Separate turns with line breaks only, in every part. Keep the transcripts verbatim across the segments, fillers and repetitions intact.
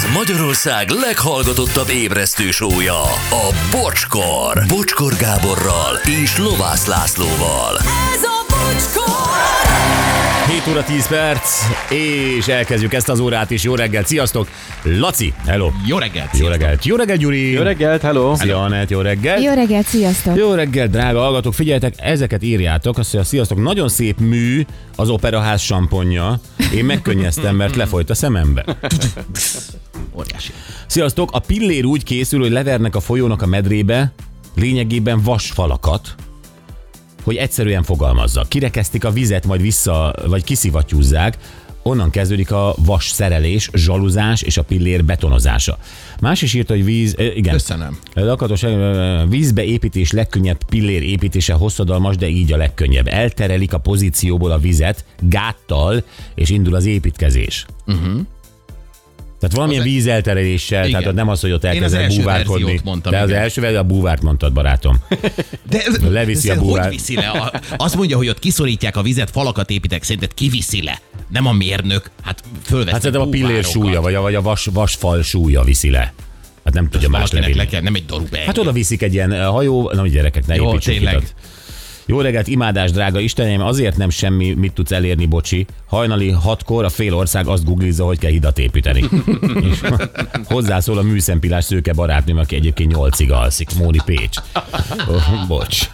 Ez Magyarország leghallgatottabb ébresztő show-ja, a Bocskor. Bocskor Gáborral és Lovász Lászlóval.
Ez a Bocskor!
hét óra tíz perc, és elkezdjük ezt az órát is. Jó reggelt, sziasztok! Laci, hello!
Jó reggelt!
Jó reggelt! Jó reggelt, Gyuri!
Jó reggelt, hello!
Szia, Anett, jó reggelt!
Jó reggelt, sziasztok!
Jó reggelt, drága hallgatók! Figyeljetek, ezeket írjátok, azt mondja, sziasztok, nagyon szép mű az Operaház samponja. Én megkönnyeztem, mert lefolyt a szemembe.
Óriási.
Sziasztok, a pillér úgy készül, hogy levernek a folyónak a medrébe lényegében vasfalakat, hogy egyszerűen fogalmazza. Kirekesztik a vizet, majd vissza, vagy kiszivattyúzzák, onnan kezdődik a vas szerelés, zsaluzás és a pillér betonozása. Más is írta, hogy víz... Igen.
Köszönöm.
Lakatos, vízbe építés legkönnyebb, pillér építése hosszadalmas, de így a legkönnyebb. Elterelik a pozícióból a vizet gáttal, és indul az építkezés. Uh-huh. Tehát valamilyen vízeltereléssel,
igen.
Tehát nem az, hogy ott
Én az
elkezdenek
első
búvárkodni.
verziót mondtam,
De az
igen.
első verzió, a búvárt mondtad, barátom.
De
Leviszi
de
a búvár.
Hogy viszi le? A, azt mondja, hogy ott kiszorítják a vizet, falakat építek, szerinted kiviszi le? Nem a mérnök, hát fölvesznek
Hát szerintem a pillér
búvárokat.
súlya, vagy a, vagy a vas, vasfal súlya viszi le. Hát nem tudja más
Valakinek
levinni.
le kell, nem egy darub el.
Hát oda viszik egy ilyen hajó, na gyerekek, ne
Jó,
építsük
tényleg.
hitat. Jó reggelt, imádás, drága Istenem, azért nem semmi, mit tudsz elérni, bocsi. Hajnali hatkor a fél ország azt googlizza, hogy kell hidat építeni. És hozzászól a műszempilás szőke barátnőm, aki egyébként nyolcig alszik, Móni Pécs. Oh, bocs.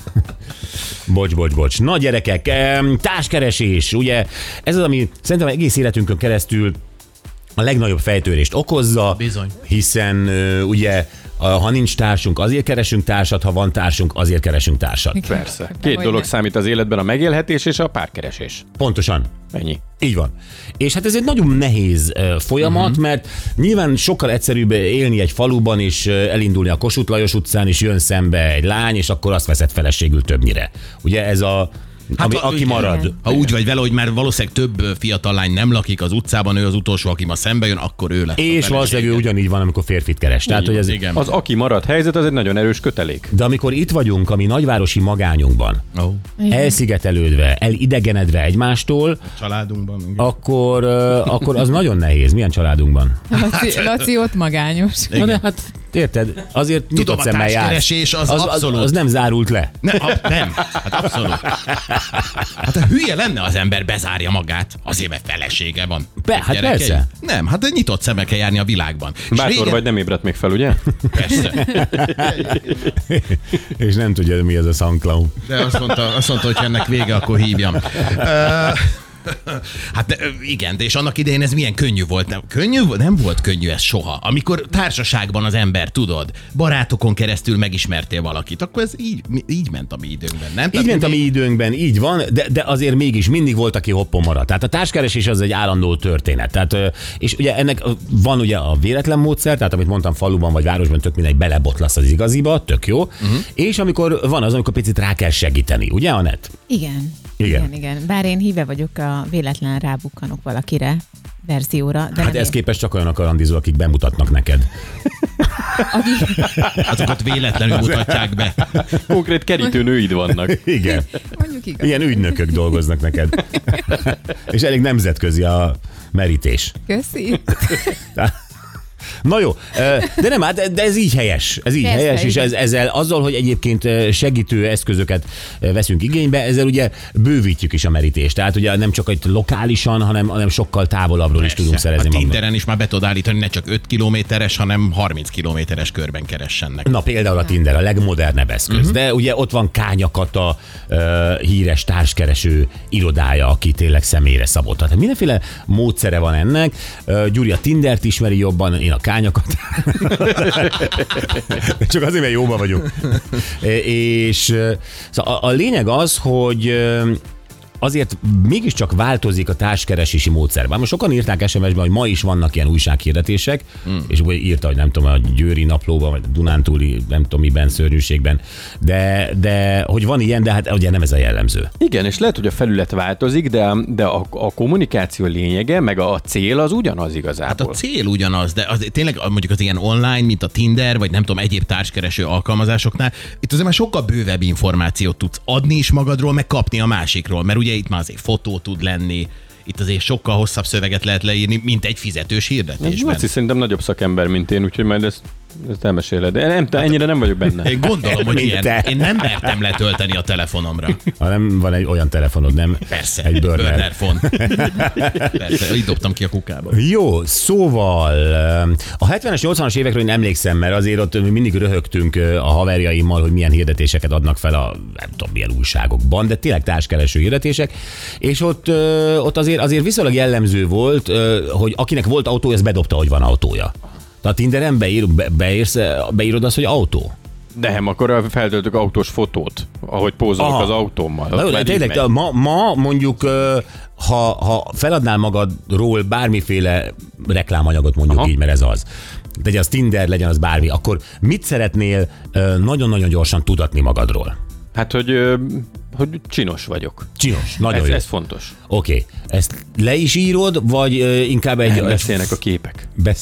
Bocs, bocs, bocs. Na gyerekek, em, társkeresés, ugye ez az, ami szerintem egész életünkön keresztül a legnagyobb fejtörést okozza.
Bizony.
Hiszen ö, ugye, ha nincs társunk, azért keresünk társat, ha van társunk, azért keresünk társat.
Persze. Két dolog számít az életben, a megélhetés és a párkeresés.
Pontosan.
Ennyi.
Így van. És hát ez egy nagyon nehéz uh, folyamat, uh-huh. mert nyilván sokkal egyszerűbb élni egy faluban, és uh, elindulni a Kossuth Lajos utcán, és jön szembe egy lány, és akkor azt veszed feleségül többnyire. Ugye ez a...
Hát,
ami,
ha,
aki marad.
Ha úgy vagy vele, hogy már valószínűleg több fiatal lány nem lakik az utcában, ő az utolsó, aki ma szembe jön, akkor ő lesz.
És valószínűleg ő ugyanígy van, amikor férfit keres. Tehát, hogy ez,
igen.
Az aki marad helyzet, az egy nagyon erős kötelék.
de amikor itt vagyunk, a mi nagyvárosi magányunkban,
Oh.
elszigetelődve, elidegenedve egymástól,
Családunkban. Igen.
akkor, uh, akkor az nagyon nehéz. Milyen családunkban?
Laci, Laci ott magányos.
Na de hát érted, azért nyitott
a
szemmel jár.
társkeresés az
az, az,
abszolút.
az nem zárult le.
Ne, a, nem, hát abszolút. Hát a hülye lenne az ember, bezárja magát, azért, mert felesége van.
Be, hát
Gyerekei.
persze.
Nem, hát nyitott szemmel kell járni a világban. És
Bátor
régen-
vagy, nem ébredt még fel, ugye?
Persze.
És nem tudja, mi az a SoundCloud.
De azt mondta, azt mondta, hogy ha ennek vége, akkor hívjam. Uh, Hát de, igen, de és annak idején ez milyen könnyű volt. Nem, könnyű, nem volt könnyű ez soha. Amikor társaságban az ember, tudod, barátokon keresztül megismertél valakit, akkor ez így, így ment a mi időnkben, nem?
Így ment a mi időnkben, így van, de, de azért mégis mindig volt, aki hoppon maradt. Tehát a társkeresés az egy állandó történet. Tehát, és ugye ennek van ugye a véletlen módszer, tehát amit mondtam, faluban vagy városban tök mindegy, belebotlasz az igaziba, tök jó. Uh-huh. És amikor van az, amikor picit rá kell segíteni, ugye, Anett?
Igen.
Igen.
Igen, igen. Bár én híve vagyok a véletlen rábukkanok valakire verzióra. De
Hát
nem
ez
én.
képest csak olyanok a randizó, akik bemutatnak neked.
Aki,
Azokat véletlenül mutatják be.
Konkrét kerítő nőid vannak.
Igen.
mondjuk igaz.
Ilyen ügynökök dolgoznak neked. És elég nemzetközi a merítés.
Köszi.
Na jó, de nem, hát de ez így helyes. Ez így
Persze,
helyes, és
igen.
ez, ezzel azzal, hogy egyébként segítő eszközöket veszünk igénybe, ezzel ugye bővítjük is a merítést. Tehát ugye nem csak egy lokálisan, hanem, hanem sokkal távolabbról is tudunk szerezni
A
magunknak.
Tinderen is már be tudod állítani, ne csak öt kilométeres, hanem harminc kilométeres körben keressenek.
Na például a Tinder a legmodernebb eszköz, uh-huh. de ugye ott van Kánya Kata uh, híres társkereső irodája, aki tényleg személyre szabott. Tehát mindenféle módszere van ennek. Uh, Gyuri a Tindert ismeri jobban, én a Kánya Katát. Csak azért, mert jóban vagyunk. És uh, szóval a, a lényeg az, hogy uh, azért mégiscsak változik a társkeresési módszer. Bár most sokan írták es em es-ben, hogy ma is vannak ilyen újsághirdetések, mm. és úgy írta, hogy nem tudom, a Győri Naplóban, vagy a Dunántúli, nem tudom miben, szörnyűségben, de, de hogy van ilyen, de hát ugye nem ez a jellemző.
Igen, és lehet, hogy a felület változik, de, de a, a kommunikáció lényege, meg a cél az ugyanaz igazából.
Hát a cél ugyanaz, de az, tényleg mondjuk az ilyen online, mint a Tinder, vagy nem tudom, egyéb társkereső alkalmazásoknál, itt azért már sokkal bővebb információt tudsz adni is magadról, meg kapni a másikról, mert ugye itt már azért fotó tud lenni, Itt azért sokkal hosszabb szöveget lehet leírni, mint egy fizetős hirdetésben.
Laci szerintem nagyobb szakember, mint én, úgyhogy majd ezt, ezt elmeséled. De nem, ennyire nem vagyok benne.
Én gondolom, hogy
Mint
ilyen.
te.
Én nem mertem letölteni a telefonomra.
Hanem van egy olyan telefonod, nem?
Persze.
Egy burner.
burner phone. Persze, így dobtam ki a kukába.
Jó, szóval a hetvenes, nyolcvanas évekről én emlékszem, mert azért ott mi mindig röhögtünk a haverjaimmal, hogy milyen hirdetéseket adnak fel a nem tudom milyen újságokban, de tényleg társkereső hirdetések, és ott, ott azért, azért viszonylag jellemző volt, hogy akinek volt autója, az bedobta, hogy van autója. Tehát Tinderen beír, be, beírsz, beírod azt, hogy autó?
De nem, akkor feltöltök autós fotót, ahogy pózolok
Aha.
az autómmal.
Na jó, de tényleg, de ma, ma mondjuk, ha, ha feladnál magadról bármiféle reklámanyagot, mondjuk Aha. így, mert ez az, legyen az Tinder, legyen az bármi, akkor mit szeretnél nagyon-nagyon gyorsan tudatni magadról?
Hát, hogy, hogy csinos vagyok.
Csinos, nagyon
ez,
jó.
ez fontos.
Oké, okay. Ezt le is írod, vagy inkább egy...
Nem, beszélnek a képek.
Besz...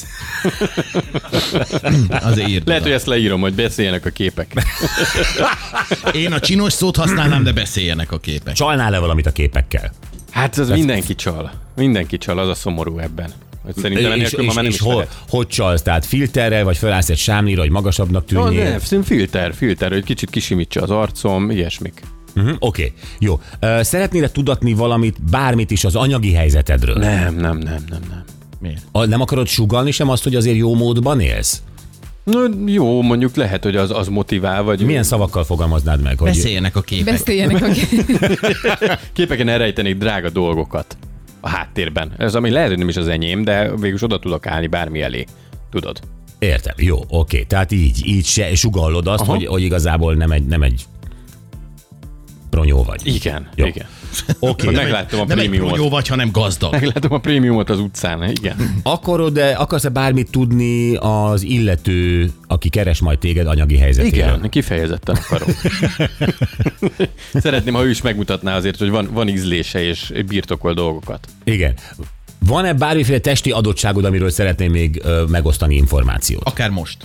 Azért írd
Lehet,
oda.
hogy ezt leírom, hogy beszéljenek a képek.
Én a csinos szót használnám, de beszéljenek a képek.
Csalnál-e valamit a képekkel?
Hát az mindenki csal. Mindenki csal, az a szomorú ebben. Hogy szerintem
és
enélkül ma
és,
már nem
és
is
hol,
lehet.
hogy csalsz? Tehát filterrel, vagy felállsz egy sámlira, hogy magasabbnak
No,
tűnjél?
de szerintem filter, filter, hogy kicsit kisimítsa az arcom, ilyesmik.
Uh-huh, Oké, okay. Jó. Uh, szeretnél tudatni valamit, bármit is az anyagi helyzetedről?
Nem, nem, nem, nem, nem.
Miért?
A, nem akarod sugallni sem azt, hogy azért jó módban élsz?
No, jó, mondjuk lehet, hogy az, az motivál, vagy...
Milyen szavakkal fogalmaznád meg? Hogy...
Beszéljenek a képek.
Beszéljenek a
Képeken elrejtenék drága dolgokat a háttérben. Ez ami lehet, hogy nem is az enyém, de végülis oda tudok állni bármi elé. Tudod?
Értem, jó, oké. Okay. Tehát így, így se sugallod azt, hogy, hogy igazából nem egy, nem egy pronyó vagy.
Igen,
Jó.
igen.
Oké.
Okay. Megláttam a
Nem egy
prémiumot.
pronyó vagy, hanem gazdag.
Meglátom a prémiumot az utcán, igen.
Akarod-e, akarsz-e bármit tudni az illető, aki keres majd téged anyagi helyzetéről?
Igen, kifejezetten akarom. Szeretném, ha ő is megmutatná azért, hogy van, van ízlése és birtokol dolgokat.
Igen. Van-e bármiféle testi adottságod, amiről szeretném még ö, megosztani információt?
Akár most.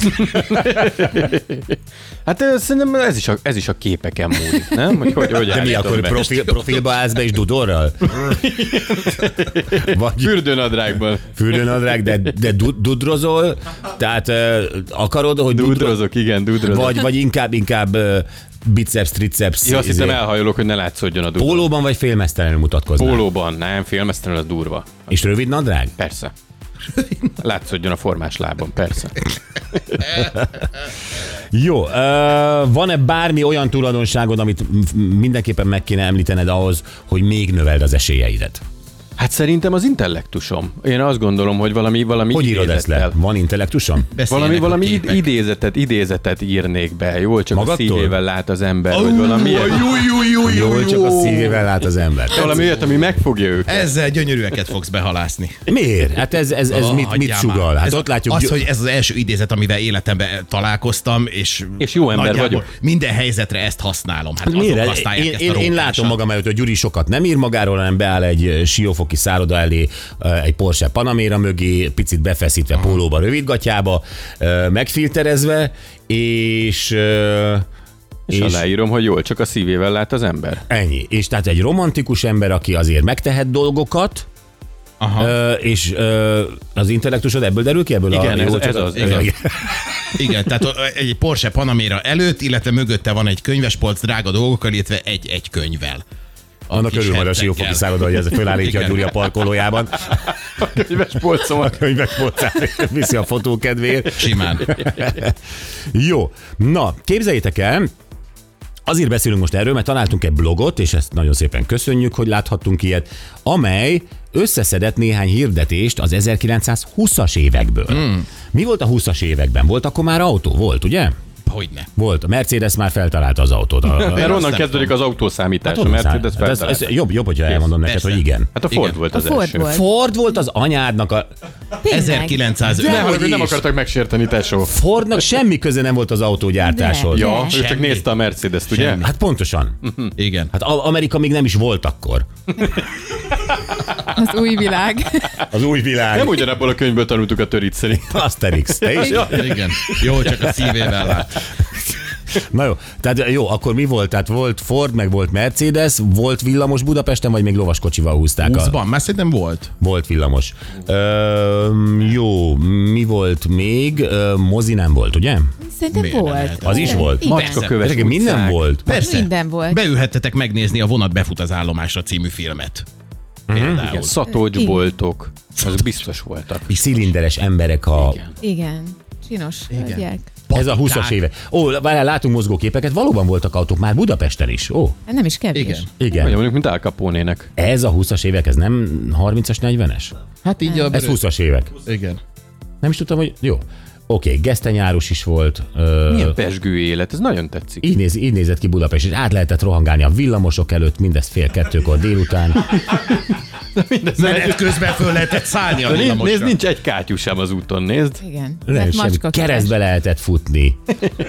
Hát ö, szerintem ez is a, ez is a képeken múlik, nem? Hogy, hogy, hogy
De mi
állítom
akkor
be.
profil, profilba állsz be és dudorral? Vagy
Fürdőnadrágban.
fürdőnadrág, de, de du- dudrozol? Tehát ö, akarod, hogy dudrozol?
Dudrozok, igen, dudrozok.
Vagy, vagy inkább, inkább ö, biceps, triceps?
Én azt hiszem
izé,
elhajolok, hogy ne látszódjon a dudor.
Pólóban vagy félmeztelenül mutatkoznál?
Pólóban, nem, félmeztelenül az durva.
És rövid nadrág?
Persze. Látszódjon a formás lábam, persze.
Jó, uh, van-e bármi olyan tulajdonságod, amit m- mindenképpen meg kéne említened ahhoz, hogy még növeld az esélyeidet?
Hát szerintem az intellektusom. Én azt gondolom, hogy valami, valami
Hogy írod ezt le?
idézettel.
Van intellektusom?
Valami,
Beszéljenek a
valami id-
képek.
idézetet, idézetet írnék be. Jól csak
Magadtól?
a szívével lát az ember, vagy valami ilyet.
Jól csak a szívével lát az ember.
Valami olyat, ami megfogja őket.
Ezzel gyönyörűeket fogsz behalászni.
Miért? Hát ez, ez, ez
Ah,
mit, mit
hagyjál
sugal?
már.
Hát
ez
ott látjuk...
Az,
gy-
hogy ez az első idézet, amivel életemben találkoztam, és,
És jó ember
nagyjából
vagyok.
Minden helyzetre ezt használom. Hát azok
Miért?
használják
Én,
ezt
én,
a
én
rókásat.
látom magam előtt, hogy Gyuri sokat nem ír magáról, hanem beáll egy siófoki szálloda elé, egy Porsche Panamera mögé, picit befeszítve pólóba, rövidgatjába, megfilterezve, és...
És, és aláírom, hogy jól csak a szívével lát az ember.
Ennyi. És tehát egy romantikus ember, aki azért megtehet dolgokat,
Aha.
Ö, és ö, az intellektusod ebből derül ki? Ebből
Igen,
a,
ez-
jó,
ez
csak
az, ez
igen.
az.
Igen, tehát egy Porsche Panamera előtt, illetve mögötte van egy könyvespolc drága dolgokkal, illetve egy-egy könyvvel.
Annak
kis
örül majd a
hettekkel.
siófoki szálloda, hogy ez fölállítja a
Igen.
Gyuri a parkolójában.
Könyves polcomat.
Könyvek polcát viszi a fotó kedvéért.
Simán.
Jó, na, képzeljétek el, azért beszélünk most erről, mert találtunk egy blogot, és ezt nagyon szépen köszönjük, hogy láthattunk ilyet, amely összeszedett néhány hirdetést az ezerkilencszázhúszas évekből. Hmm. Mi volt a húszas években? Volt akkor már autó? Volt, ugye?
Hogyne.
Volt. A Mercedes már feltalálta az autót. A, a,
Mert
azt
onnan
nem
kezdődik az autószámítás, a
hát,
Mercedes
hát ez, ez
feltalálta.
jobb, jobb, hogyha elmondom neked,
Persze.
hogy igen.
Hát a Ford
Igen.
volt
A
az
Ford
első.
volt.
Ford volt az anyádnak a...
Tényleg?
ezerkilencszáz.
Nem,
Dehogy
hogy nem
is.
akartak megsérteni, tesó.
Fordnak semmi köze nem volt az autógyártáshoz.
De.
Ja, ő csak
Semmi.
nézte a Mercedes-t, ugye?
Semmi.
Hát pontosan.
Igen.
Hát A- Amerika még nem is volt akkor.
Az új világ.
Az új világ.
Nem ugyanabból a könyvből tanultuk a törít szerint.
Asterix. Te is?
Igen. Jó, csak a szívével lát.
Na jó, tehát jó, akkor mi volt? Tehát volt Ford, meg volt Mercedes, volt villamos Budapesten, vagy még lovaskocsival húzták?
húszban, már szerintem volt.
Volt villamos. Ö, jó, mi volt még? Ö, mozi nem volt, ugye?
Szerintem
Miért nem
volt.
lehet?
Az is volt?
Igen.
Macskaköves
Gyerekek, minden
utcák.
volt.
Persze.
Minden volt.
Beülhettetek megnézni a Vonat befut az állomásra című filmet. Például.
Igen, szatócsboltok, azok biztos voltak.
Cilinderes emberek a...
Igen. Csinos hölgyek.
Ez a húszas évek. Ó, várjál, látunk mozgóképeket, valóban voltak autók már Budapesten is. Ó,
Hát nem is kevés.
Igen.
igen.
Vagy mondjuk, mint Al Capone-nek.
Ez a húszas évek, ez nem harmincas, negyvenes?
Hát így a...
Ez húszas évek.
Igen.
Nem is tudtam, hogy jó. Oké, okay, gesztenyárus is volt. Ö,
Milyen pesgő élet, ez nagyon tetszik.
így, néz, így nézett ki Budapest, és át lehetett rohangálni a villamosok előtt, mindezt fél kettőkor délután.
Menet közben föl lehetett szállni a
De nézd,
villamosra.
nézd, nincs egy kátyú sem az úton, nézd.
Igen.
Nem,
Mert
semmi.
macska
Keresztbe lehetett futni.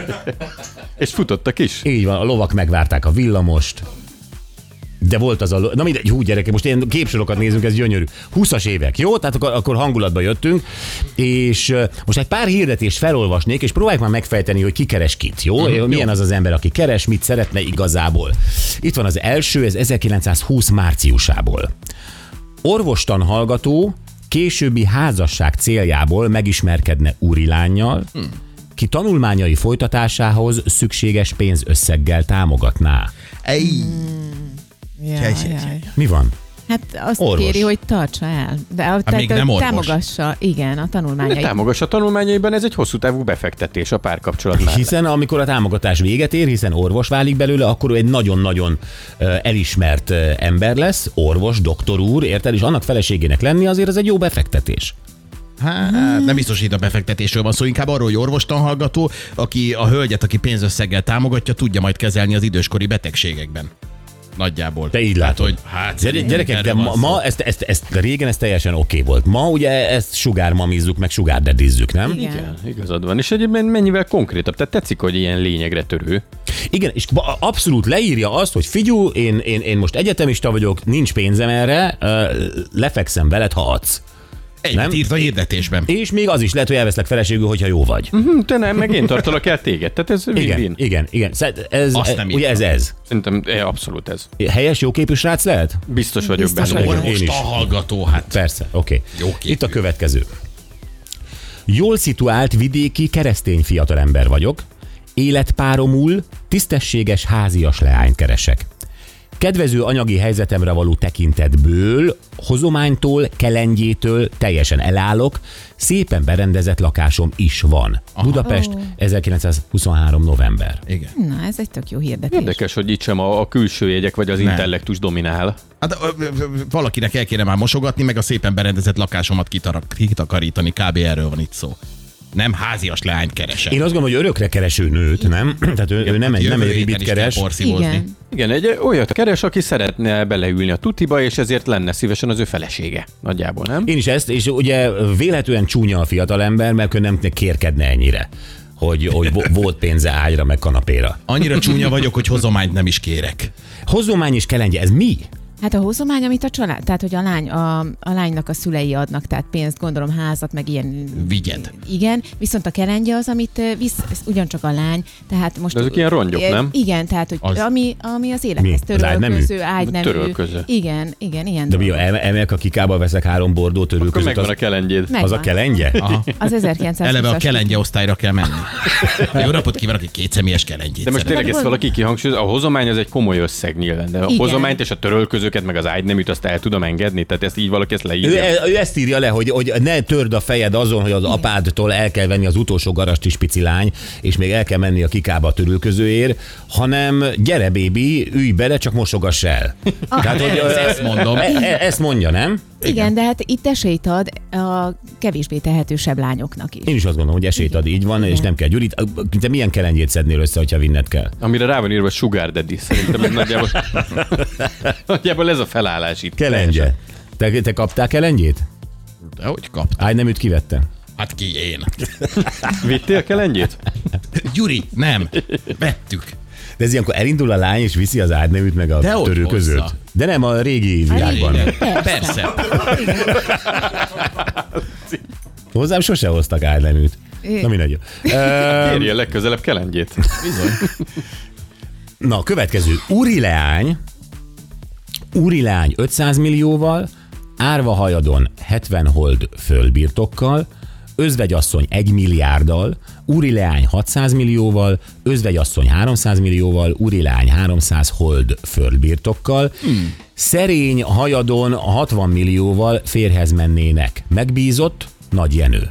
És futottak is.
Így van, a lovak megvárták a villamost. De volt az a... lo- Na mindegy, hú gyerekek, most ilyen képsorokat nézünk, ez gyönyörű. húszas évek, jó? Tehát akkor, akkor hangulatba jöttünk, és uh, most egy pár hirdetést felolvasnék, és próbáljuk már megfejteni, hogy ki keres kit, jó? Mm, Milyen jó. Az az ember, aki keres, mit szeretne igazából. Itt van az első, ez ezerkilencszázhúsz márciusából. Orvostan hallgató későbbi házasság céljából megismerkedne úrilánnyal, hm. ki tanulmányai folytatásához szükséges pénzösszeggel támogatná.
Ej,
Jaj,
Jaj, jaj,
jaj.
jaj.
Mi van?
Hát azt
Orvos.
kéri, hogy tartsa el. De a, tehát
még nem orvos.
támogassa, igen, a
Ne
tanulmányait.
támogass a tanulmányaiban, ez egy hosszú távú befektetés a párkapcsolat mellett.
Hiszen amikor a támogatás véget ér, hiszen orvos válik belőle, akkor ő egy nagyon-nagyon ö, elismert ö, ember lesz, orvos, doktor úr, érted? És annak feleségének lenni azért az egy jó befektetés.
Hát nem biztosít a befektetésről van szó, inkább arról, hogy orvostan hallgató, aki a hölgyet, aki pénzösszeggel támogatja, tudja majd kezelni az időskori betegségekben. Nagyjából.
Te így
Tehát,
látod.
hogy hát...
Gyere, gyerekek, de
erről
ma,
van szó.
ma ezt, ezt, ezt régen ez teljesen oké volt. Ma ugye ezt sugármamizzuk, meg sugárdedizzük, nem?
Igen.
Igen, igazad van. És egyébként mennyivel konkrétabb. Tehát tetszik, hogy ilyen lényegre törő.
Igen, és ba- abszolút leírja azt, hogy figyú, én, én, én most egyetemista vagyok, nincs pénzem erre, ö, lefekszem veled, ha adsz.
Egyet
nem?
írt a hirdetésben.
És még az is lehet, hogy elveszlek feleségül, hogyha jó vagy.
Hm, te nem, meg én tartalak el téged. Tehát ez
Igen,
win-win.
igen, igen. Szóval Ez,
Azt
ez,
nem
ugye ez
írtam.
ez.
Szerintem eh, abszolút ez.
Helyes, jóképű srác lehet?
Biztos vagyok
Biztos
benne.
vagyok.
Én is.
Orvostan hallgató, hát...
Persze, oké.
Jó
Okay.
képű.
Itt a következő. Jól szituált vidéki keresztény fiatalember vagyok, életpáromul tisztességes házias leányt keresek. Kedvező anyagi helyzetemre való tekintetből, hozománytól, kelengyétől teljesen elállok, szépen berendezett lakásom is van. Aha. Budapest, ezerkilencszázhuszonhárom. november.
Igen.
Na, ez egy tök jó hirdetés.
Érdekes, hogy itt sem a, a külső jegyek vagy az
Nem.
intellektus dominál.
Hát ö, ö, ö, valakinek el kéne már mosogatni, meg a szépen berendezett lakásomat kitar- kitakarítani. Kb. Erről van itt szó. Nem házias leányt keresek.
Én azt gondolom, hogy örökre kereső nőt, nem? Tehát ő, ő nem egy, nem egy ribit keres.
Igen.
Igen, egy olyat keres, aki szeretne beleülni a tutiba, és ezért lenne szívesen az ő felesége. Nagyjából, nem?
Én is ezt, és ugye véletlenül csúnya a fiatalember, mert ő nem kérkedne ennyire, hogy, hogy vo- volt pénze ágyra, meg kanapéra.
Annyira csúnya vagyok, hogy hozományt nem is kérek.
Hozomány és kelengye, ez mi?
Hát a hozomány, amit a család, tehát hogy a, lány, a, a lánynak a szülei adnak, tehát pénzt, gondolom házat, meg ilyen...
Vigyed.
Igen, viszont a kelengye az, amit ö, visz, ez ugyancsak a lány, tehát most...
De azok ilyen rongyok,
ö,
nem?
Igen, tehát hogy
Az-
ami, ami az
Mi?
élethez
Az ágynemű?
törölköző, ágynemű.
Törölköző.
Igen, igen, ilyen
De mi,
dolgok.
el, emelek a kikába, veszek három bordó
Akkor
törülközőt,
megvan
az,
a kelendjéd.
Megvan.
az a kelengye?
Aha.
Az ezerkilencszázhúszas.
Eleve a kelengye osztályra kell menni. Jó napot kívánok, egy kétszemélyes kelengyét.
De most
szeretnék.
tényleg ezt valaki kihangsúlyoz, a hozomány az egy komoly összeg nyilván, de a
Igen.
hozományt és a törölközőket, meg az ágyneműt azt el tudom engedni, tehát ezt így valaki ezt
Ő,
leírja.
ő ezt írja le, hogy, hogy ne törd a fejed azon, hogy az apádtól el kell venni az utolsó garasti spicilány, és még el kell menni a kikába a törülközőért, hanem gyere, bébi, ülj bele, csak mosogass el. Tehát, hogy,
Ez- ezt mondom.
E, e, ezt mondja, nem?
Igen, de hát itt esélyt ad a kevésbé tehetősebb lányoknak is.
Én is azt gondolom, hogy esélyt ad, így van, és nem kell Gyurit. Te milyen kelengyét szednél össze, hogyha vinned kell?
Amire rá van írva Sugar Daddy, szerintem ez nagyjából, nagyjából ez a felállás itt.
Kelengye. Te, te kaptál kelengyét?
De hogy kapt?
Áj, nem üt kivette.
Hát ki én?
Vittél kelengyét?
Gyuri, nem. Vettük.
De ez ilyenkor elindul a lány, és viszi az ágyneműt, meg a
De ott
törőközőt.
hozza.
De nem a régi világban.
Igen.
Persze.
Persze.
Hozzám sose hoztak ágyneműt. Na mindegy.
Kérje legközelebb kelendjét.
Bizony.
Na, következő. Úri leány, úri leány ötszáz millióval, árva hajadon hetven hold földbirtokkal, özvegyasszony egy milliárddal, úri leány hatszáz millióval, özvegyasszony háromszáz millióval, úri leány háromszáz hold földbirtokkal, hmm. szerény hajadon hatvan millióval férjhez mennének. Megbízott Nagy Jenő.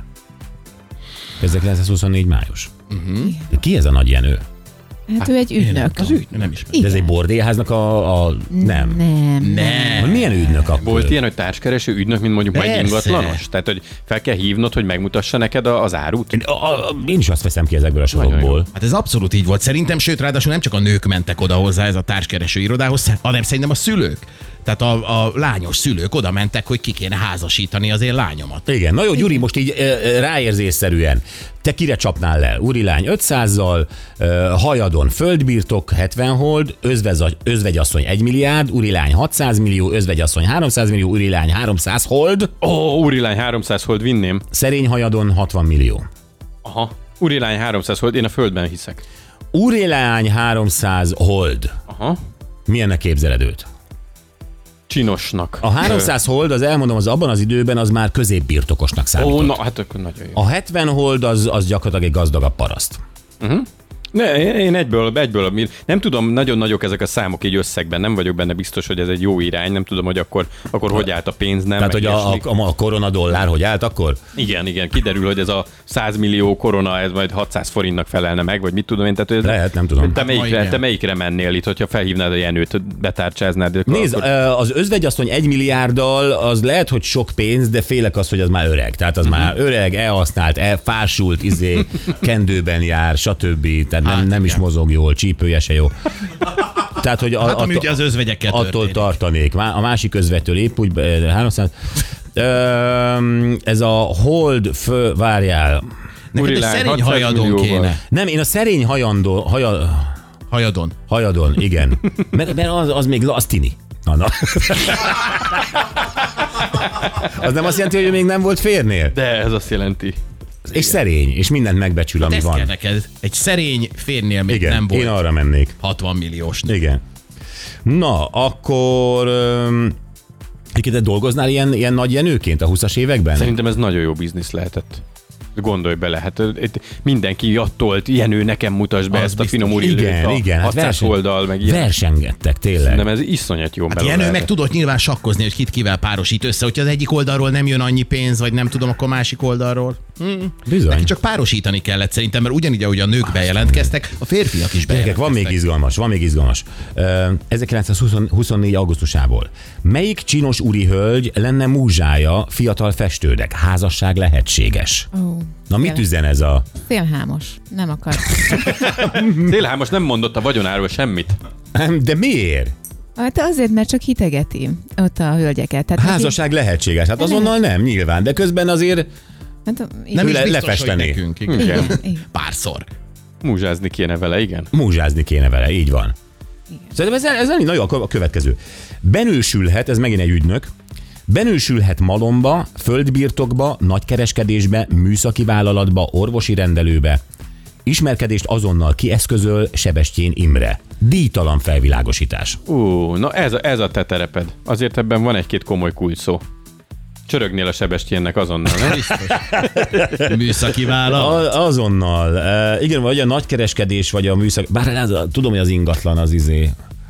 ezerkilencszázhuszonnégy május. Uh-huh. Ki ez a Nagy Jenő?
Hát ő egy ügynök.
Az ügynök, nem ismerem.
De ez egy bordélyháznak a... a nem.
Nem.
Nem.
Milyen ügynök akkor?
Volt ilyen, hogy társkereső ügynök, mint mondjuk majd
Persze.
ingatlanos? Tehát, hogy fel kell hívnod, hogy megmutassa neked a- az árut?
Én, a, a, én is azt veszem ki ezekből a sorokból.
Hát ez abszolút így volt. Szerintem, sőt, ráadásul nem csak a nők mentek oda hozzá ez a társkereső irodához, hanem szerintem a szülők. Tehát a, a lányos szülők oda mentek, hogy ki kéne házasítani az én lányomat.
Igen, na jó, Gyuri, most így e, ráérzésszerűen. Te kire csapnál le? Úrilány ötszázzal, e, hajadon földbirtok hetven hold, özvez, özvegyasszony egy milliárd, úrilány hatszáz millió, özvegyasszony háromszáz millió, úrilány háromszáz hold,
Ó, oh, úrilány háromszáz hold vinném.
szerény hajadon hatvan millió.
Aha. Úrilány háromszáz hold, én a földben hiszek.
Úrilány háromszáz hold.
Aha.
Milyennek képzeled őt?
Csinosnak.
A háromszáz hold, az elmondom, az abban az időben az már középbirtokosnak
Ó,
számított.
oh, na, hát akkor nagyon jó.
A hetven hold az, az gyakorlatilag egy gazdagabb paraszt.
Ne, én egyből, egyből, nem tudom, nagyon nagyok ezek a számok így összegben, nem vagyok benne biztos, hogy ez egy jó irány, nem tudom, hogy akkor, akkor hogy állt a pénz, nem.
Tehát,
meg
hogy a,
ilyesmi.
a, a koronadollár hogy állt akkor?
Igen, igen, kiderül, hogy ez a száz millió korona, ez majd hatszáz forintnak felelne meg, vagy mit tudom én. Tehát, hogy ez
Lehet, nem tudom.
Te
ma
melyikre,
igen.
te melyikre mennél itt, hogyha felhívnád a Jenőt, betárcsáznád?
Nézd,
akkor...
az özvegyasszony egy milliárddal az lehet, hogy sok pénz, de félek az, hogy az már öreg. Tehát az már öreg, elhasznált, elfásult, izé, kendőben jár, stb. Tehát nem,
Hát,
nem is
igen.
mozog jól, csípője se jó. Tehát, hogy a,
Hát ami
attól-
ugye az özvegyekkel
attól
történik.
tartanék. Má- A másik özvegytől épp úgy, eh, háromszáz. Öm, ez a hold fő, várjál.
Neked egy
Úrilány,
szerény
hatszáz
hajadon
millióval.
kéne.
Nem, én a szerény hajandó, haja,
Hajadon.
hajadon, igen. Mert, mert az, az még az tini. Na, na. Az nem azt jelenti, hogy ő még nem volt férnél?
De ez azt jelenti.
És szerény, és mindent megbecsül, ami
Ez
van.
kell neked. Egy szerény férnél még
Igen,
nem volt
én arra mennék.
hatvan milliós.
Igen. Na, akkor... Öm, Te dolgoznál ilyen, ilyen nagy Jenőként a húszas években?
Szerintem ez nagyon jó biznisz lehetett. Gondolj bele, hát itt mindenki attolt, Jenő, nekem mutasd be
Az
ezt a
biztos.
finom úrillőt,
Igen,
a
igen. Hát
hatszáz
versen-
oldal, meg ilyen.
versengettek, tényleg.
Nem, ez iszonyat jó
Hát
meló
Jenő meg
lehetett.
tudott nyilván sakkozni, hogy kit kivel párosít össze, hogyha az egyik oldalról nem jön annyi pénz, vagy nem tudom, akkor másik oldalról.
Bizony.
Neki csak párosítani kellett szerintem, mert ugyanígy, ahogy a nők bejelentkeztek, a férfiak is
Gyerekek,
bejelentkeztek.
van még izgalmas, van még izgalmas. Ö, ezerkilencszázhuszonnégy. augusztusából. Melyik csinos úri hölgy lenne múzsája fiatal festődek? Házasság lehetséges.
Ó,
Na mit
tényleg.
üzen ez a...
Szélhámos. Nem akar.
Tényleg, most nem mondott a vagyonáról semmit.
De miért?
Hát azért, mert csak hitegeti ott a hölgyeket. Tehát neki-
Házasság lehetséges. Hát azonnal nem, nyilván, de közben azért
Hát,
Nem
Ő
is
le-
biztos,
lefesteni.
hogy nekünk. Igen.
Igen.
igen.
Párszor.
Múzsázni kéne vele, igen.
múzsázni kéne vele, így van. Szerintem ez, ez elég nagy a következő. Benősülhet, ez megint egy ügynök, benősülhet malomba, földbirtokba, nagykereskedésbe, műszaki vállalatba, orvosi rendelőbe. Ismerkedést azonnal kieszközöl Sebestyén Imre. Díjtalan felvilágosítás.
Ú, na ez a, ez a te tereped. Azért ebben van egy-két komoly kulcsszó. Csörögnél a Sebestyénnek azonnal, nem?
Műszaki vállalat.
A, azonnal. E, igen, vagy a nagykereskedés, vagy a műszak... Bár az, tudom, hogy az ingatlan az izé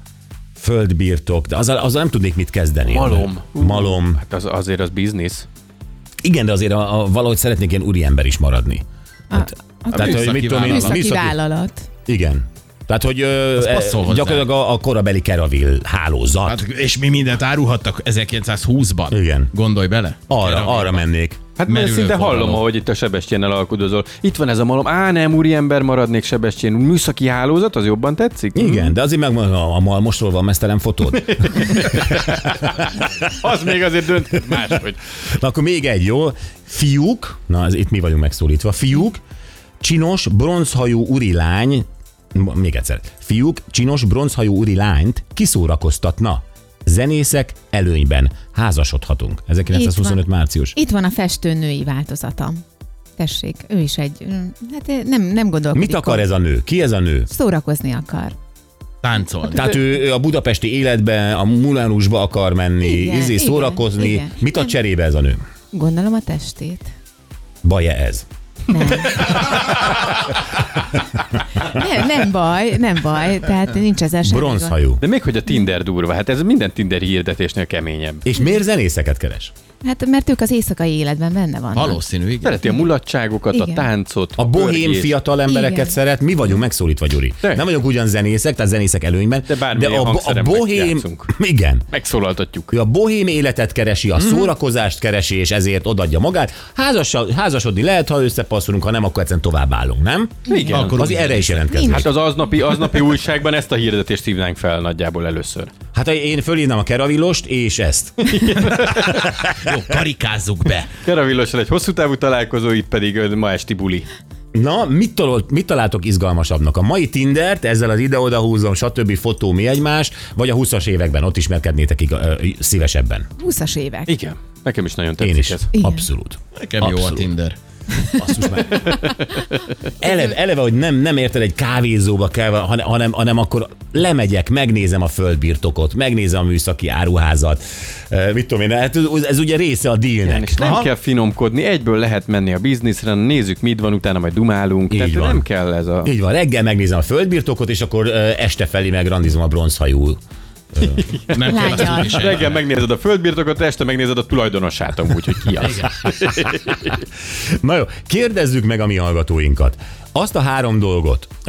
földbirtok, de azzal, azzal nem tudnék mit kezdeni.
Malom.
Malom.
Hát az, azért az biznisz.
Igen, de azért a, a, valahogy szeretnék ilyen úriember is maradni.
A, a
Tehát, hogy mit tudom én, a
műszaki
műszaki-
vállalat.
Igen. Tehát, hogy ö, e,
passzol hozzá.
gyakorlatilag a, a korabeli Keravil hálózat.
Hát, és mi mindent árulhattak ezerkilencszázhúszban.
Igen.
Gondolj bele.
arra,
Keravillban.
arra mennék.
Hát mert
Merülő
szinte
forgalom.
hallom, ahogy itt a Sebestyénnel alkudozol. Itt van ez a malom. Á, nem, úriember maradnék Sebestyén. Műszaki hálózat, az jobban tetszik?
Igen, de azért meg a, a malmosról van mesztelen fotód.
Az még azért dönt máshogy.
Na akkor még egy, jó? Fiúk, na ez, itt mi vagyunk megszólítva, fiúk, csinos, bronzhajú úri lány, még egyszer, fiúk, csinos, bronzhajú úri lányt kiszórakoztatna. Zenészek előnyben házasodhatunk. ezerkilencszázhuszonöt.
Itt van.
március.
Itt van a festőnői változata. Tessék, ő is egy, mm, hát nem, nem gondolkodik.
Mit akar ez a nő? Ki ez a nő?
Szórakozni akar.
Táncolni.
Tehát ő, ő a budapesti életben, a Mulánusba akar menni,
Igen,
izé,
igen,
szórakozni.
igen.
Mit ad
Nem.
cserébe ez a nő?
Gondolom a testét.
Baj-e ez?
Nem. nem, nem baj, nem baj, tehát nincs ezzel semmi gond.
Bronzhajú.
De még hogy a Tinder durva, hát ez minden Tinder hirdetésnél keményebb.
És miért zenészeket keres?
Hát mert ők az éjszakai életben benne vannak.
Valószínű, igen.
Szereti a mulatságokat,
Igen.
a táncot,
A bohém
pörgést.
fiatal embereket
Igen.
szeret, mi vagyunk megszólítva, Gyuri.
De.
Nem vagyunk ugyan zenészek, tehát zenészek előnyben,
De bármilyen
a, bo- a
hangszeren
bohém,
megjátszunk.
igen,
Megszólaltatjuk.
ő a bohém életet keresi, a szórakozást keresi, és ezért odaadja magát. Házassa, házasodni lehet, ha összepasszolunk, ha nem, akkor egyszerűen tovább állunk, nem?
Igen.
Akkor
Azért erre is jelentkezik.
Nincs.
Hát az aznapi, aznapi újságban ezt a hirdetést hívnánk fel nagyjából először.
Hát én fölírnám a Keravilost, és ezt.
Jó, karikázzuk be.
Keravillossal egy hosszú távú találkozó, itt pedig ö, ma esti buli.
Na, mit, talál, mit találtok izgalmasabbnak? A mai Tindert, ezzel az ide-oda húzom, stb. Fotó mi egymás, vagy a húszas években ott ismerkednétek ig- ö, szívesebben?
húszas évek.
Igen, nekem is nagyon tetszik
Én is.
ez.
Igen.
Abszolút.
Nekem jó a
Abszolút.
Tinder.
Basszus meg. Eleve, eleve, hogy nem, nem érted egy kávézóba kell, hanem, hanem, hanem akkor lemegyek, megnézem a földbirtokot, megnézem a műszaki áruházat. Uh, mit tudom én, hát ez, ez ugye része a
Igen,
dealnek.
és nem kell finomkodni, egyből lehet menni a bizniszre, nézzük, mit van, utána majd dumálunk.
Így
Tehát
van.
nem kell ez a...
Így van, reggel megnézem a földbirtokot, és akkor uh, este felé megrandizom a bronzhajú.
Nem kell azt
Lányal.
tudni se.
Reggel megnézed a földbirtokot, este megnézed a tulajdonosát amúgy, hogy ki az.
Na jó, kérdezzük meg a mi hallgatóinkat. Azt a három dolgot, uh,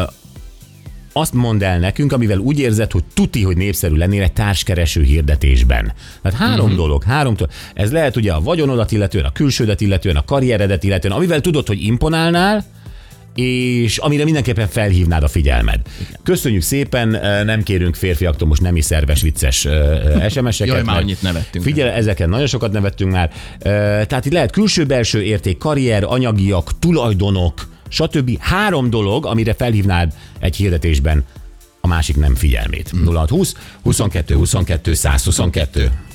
azt mondd el nekünk, amivel úgy érzed, hogy tuti, hogy népszerű lennél egy társkereső hirdetésben. Tehát három mm-hmm. dolog, három dolog. Ez lehet ugye a vagyonodat illetően, a külsődet illetően, a karrieredet illetően, amivel tudod, hogy imponálnál, és amire mindenképpen felhívnád a figyelmed. Igen. Köszönjük szépen, nem kérünk férfiaktól most nemi szerves, vicces es em es-eket.
Jaj, már
mert
annyit nevettünk.
Figyelj, ezeken nagyon sokat nevettünk már. Tehát itt lehet külső-belső érték, karrier, anyagiak, tulajdonok, stb. Három dolog, amire felhívnád egy hirdetésben a másik nem figyelmét. nulla hat húsz huszonkettő huszonkettő száz huszonkettő